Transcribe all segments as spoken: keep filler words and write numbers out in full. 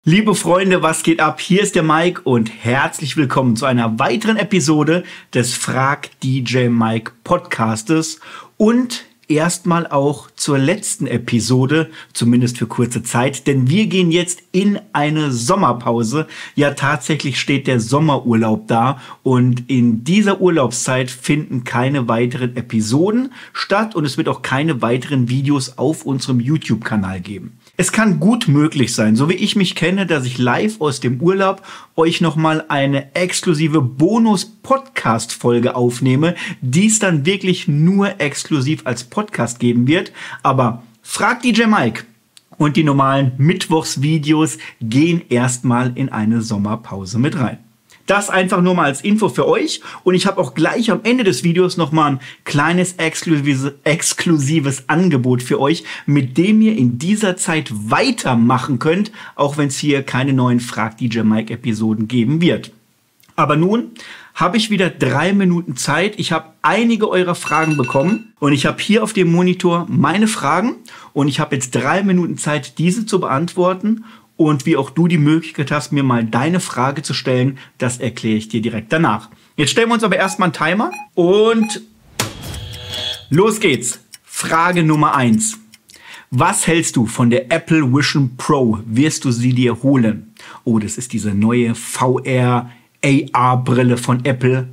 Liebe Freunde, was geht ab? Hier ist der Mike und herzlich willkommen zu einer weiteren Episode des Frag D J Mike Podcastes und erstmal auch zur letzten Episode, zumindest für kurze Zeit, denn wir gehen jetzt in eine Sommerpause. Ja, tatsächlich steht der Sommerurlaub da und in dieser Urlaubszeit finden keine weiteren Episoden statt und es wird auch keine weiteren Videos auf unserem YouTube-Kanal geben. Es kann gut möglich sein, so wie ich mich kenne, dass ich live aus dem Urlaub euch nochmal eine exklusive Bonus-Podcast-Folge aufnehme, die es dann wirklich nur exklusiv als Podcast geben wird. Aber Frag D J Mike und die normalen Mittwochsvideos gehen erstmal in eine Sommerpause mit rein. Das einfach nur mal als Info für euch. Und ich habe auch gleich am Ende des Videos nochmal ein kleines exklusives, exklusives Angebot für euch, mit dem ihr in dieser Zeit weitermachen könnt, auch wenn es hier keine neuen Frag D J Mike Episoden geben wird. Aber nun habe ich wieder drei Minuten Zeit. Ich habe einige eurer Fragen bekommen und ich habe hier auf dem Monitor meine Fragen und ich habe jetzt drei Minuten Zeit, diese zu beantworten. Und wie auch du die Möglichkeit hast, mir mal deine Frage zu stellen, das erkläre ich dir direkt danach. Jetzt stellen wir uns aber erstmal einen Timer und los geht's. Frage Nummer eins. Was hältst du von der Apple Vision Pro? Wirst du sie dir holen? Oh, das ist diese neue V R A R-Brille von Apple.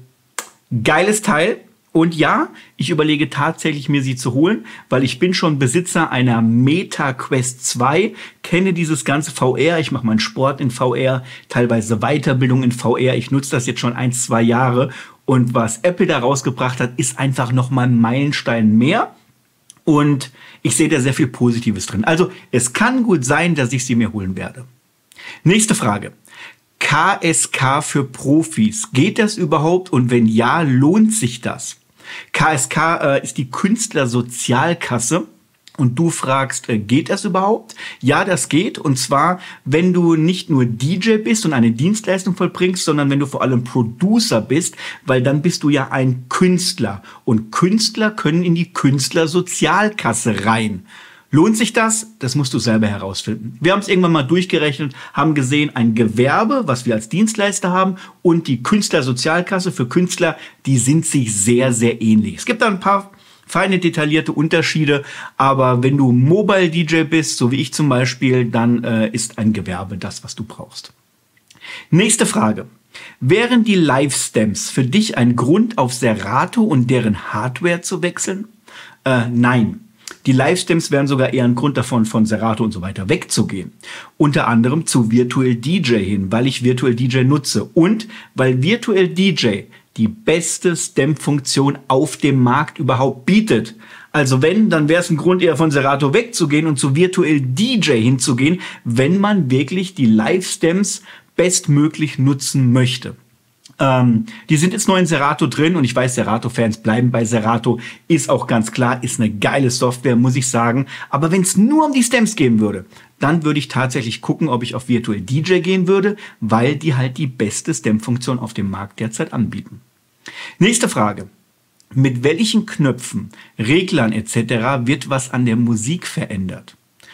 Geiles Teil. Und ja, ich überlege tatsächlich, mir sie zu holen, weil ich bin schon Besitzer einer Meta Quest zwei, kenne dieses ganze V R, ich mache meinen Sport in V R, teilweise Weiterbildung in V R, ich nutze das jetzt schon ein, zwei Jahre und was Apple da rausgebracht hat, ist einfach nochmal ein Meilenstein mehr und ich sehe da sehr viel Positives drin. Also es kann gut sein, dass ich sie mir holen werde. Nächste Frage. K S K für Profis. Geht das überhaupt? Und wenn ja, lohnt sich das? K S K äh, ist die Künstlersozialkasse. Und du fragst, äh, geht das überhaupt? Ja, das geht. Und zwar, wenn du nicht nur D J bist und eine Dienstleistung vollbringst, sondern wenn du vor allem Producer bist, weil dann bist du ja ein Künstler. Und Künstler können in die Künstlersozialkasse rein. Lohnt sich das? Das musst du selber herausfinden. Wir haben es irgendwann mal durchgerechnet, haben gesehen, ein Gewerbe, was wir als Dienstleister haben, und die Künstlersozialkasse für Künstler, die sind sich sehr, sehr ähnlich. Es gibt da ein paar feine, detaillierte Unterschiede, aber wenn du Mobile D J bist, so wie ich zum Beispiel, dann äh, ist ein Gewerbe das, was du brauchst. Nächste Frage. Wären die Live-Stamps für dich ein Grund, auf Serato und deren Hardware zu wechseln? Äh, nein. Die Live-Stamps wären sogar eher ein Grund davon, von Serato und so weiter wegzugehen. Unter anderem zu Virtual D J hin, weil ich Virtual D J nutze und weil Virtual D J die beste Stamp-Funktion auf dem Markt überhaupt bietet. Also wenn, dann wäre es ein Grund eher von Serato wegzugehen und zu Virtual D J hinzugehen, wenn man wirklich die Live-Stamps bestmöglich nutzen möchte. Ähm, die sind jetzt neu in Serato drin und ich weiß, Serato-Fans bleiben bei Serato. Ist auch ganz klar, ist eine geile Software, muss ich sagen. Aber wenn es nur um die Stamps gehen würde, dann würde ich tatsächlich gucken, ob ich auf Virtual D J gehen würde, weil die halt die beste Stamp-Funktion auf dem Markt derzeit anbieten. Nächste Frage. Mit welchen Knöpfen, Reglern et cetera wird was an der Musik verändert?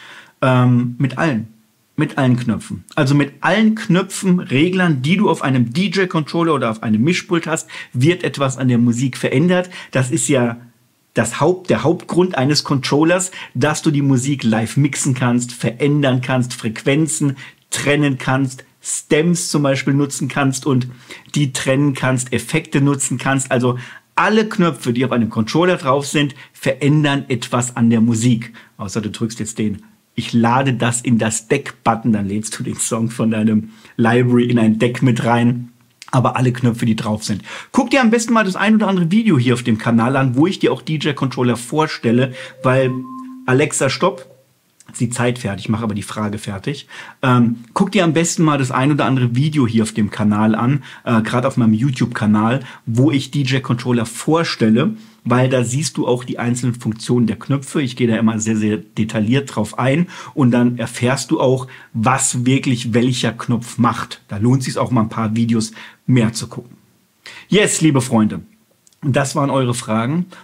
Ähm, mit allen. Mit allen Knöpfen. Also mit allen Knöpfen, Reglern, die du auf einem D J-Controller oder auf einem Mischpult hast, wird etwas an der Musik verändert. Das ist ja das Haupt, der Hauptgrund eines Controllers, dass du die Musik live mixen kannst, verändern kannst, Frequenzen trennen kannst, Stems zum Beispiel nutzen kannst und die trennen kannst, Effekte nutzen kannst. Also alle Knöpfe, die auf einem Controller drauf sind, verändern etwas an der Musik. Außer du drückst jetzt den Ich lade das in das Deck-Button, dann lädst du den Song von deinem Library in ein Deck mit rein. Aber alle Knöpfe, die drauf sind. Guck dir am besten mal das ein oder andere Video hier auf dem Kanal an, wo ich dir auch D J-Controller vorstelle, weil Alexa, stopp, ist die Zeit fertig, mach aber die Frage fertig. Ähm, guck dir am besten mal das ein oder andere Video hier auf dem Kanal an, äh, gerade auf meinem YouTube-Kanal, wo ich D J-Controller vorstelle, weil da siehst du auch die einzelnen Funktionen der Knöpfe. Ich gehe da immer sehr, sehr detailliert drauf ein und dann erfährst du auch, was wirklich welcher Knopf macht. Da lohnt es sich auch mal ein paar Videos mehr zu gucken. Yes, liebe Freunde, das waren eure Fragen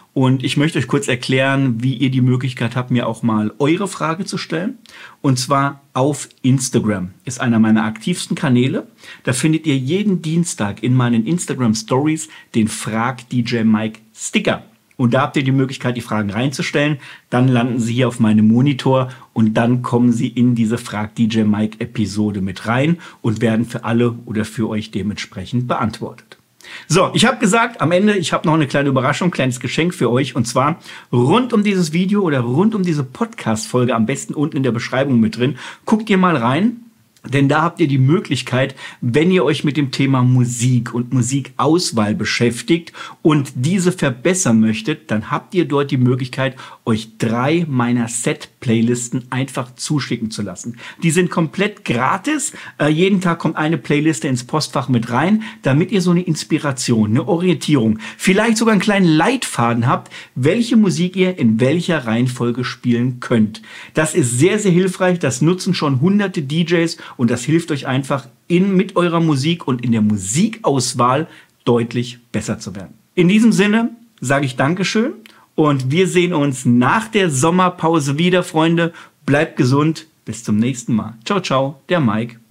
Und ich möchte euch kurz erklären, wie ihr die Möglichkeit habt, mir auch mal eure Frage zu stellen. Und zwar auf Instagram. Ist einer meiner aktivsten Kanäle. Da findet ihr jeden Dienstag in meinen Instagram Stories den Frag D J Mike Sticker. Und da habt ihr die Möglichkeit, die Fragen reinzustellen. Dann landen sie hier auf meinem Monitor und dann kommen sie in diese Frag D J Mike Episode mit rein und werden für alle oder für euch dementsprechend beantwortet. So, ich habe gesagt, am Ende, ich habe noch eine kleine Überraschung, ein kleines Geschenk für euch. Und zwar rund um dieses Video oder rund um diese Podcast-Folge, am besten unten in der Beschreibung mit drin. Guckt ihr mal rein. Denn da habt ihr die Möglichkeit, wenn ihr euch mit dem Thema Musik und Musikauswahl beschäftigt und diese verbessern möchtet, dann habt ihr dort die Möglichkeit, euch drei meiner Set-Playlisten einfach zuschicken zu lassen. Die sind komplett gratis. Äh, jeden Tag kommt eine Playliste ins Postfach mit rein, damit ihr so eine Inspiration, eine Orientierung, vielleicht sogar einen kleinen Leitfaden habt, welche Musik ihr in welcher Reihenfolge spielen könnt. Das ist sehr, sehr hilfreich. Das nutzen schon hunderte D Js. Und das hilft euch einfach, in, mit eurer Musik und in der Musikauswahl deutlich besser zu werden. In diesem Sinne sage ich Dankeschön und wir sehen uns nach der Sommerpause wieder, Freunde. Bleibt gesund. Bis zum nächsten Mal. Ciao, ciao, der Mike.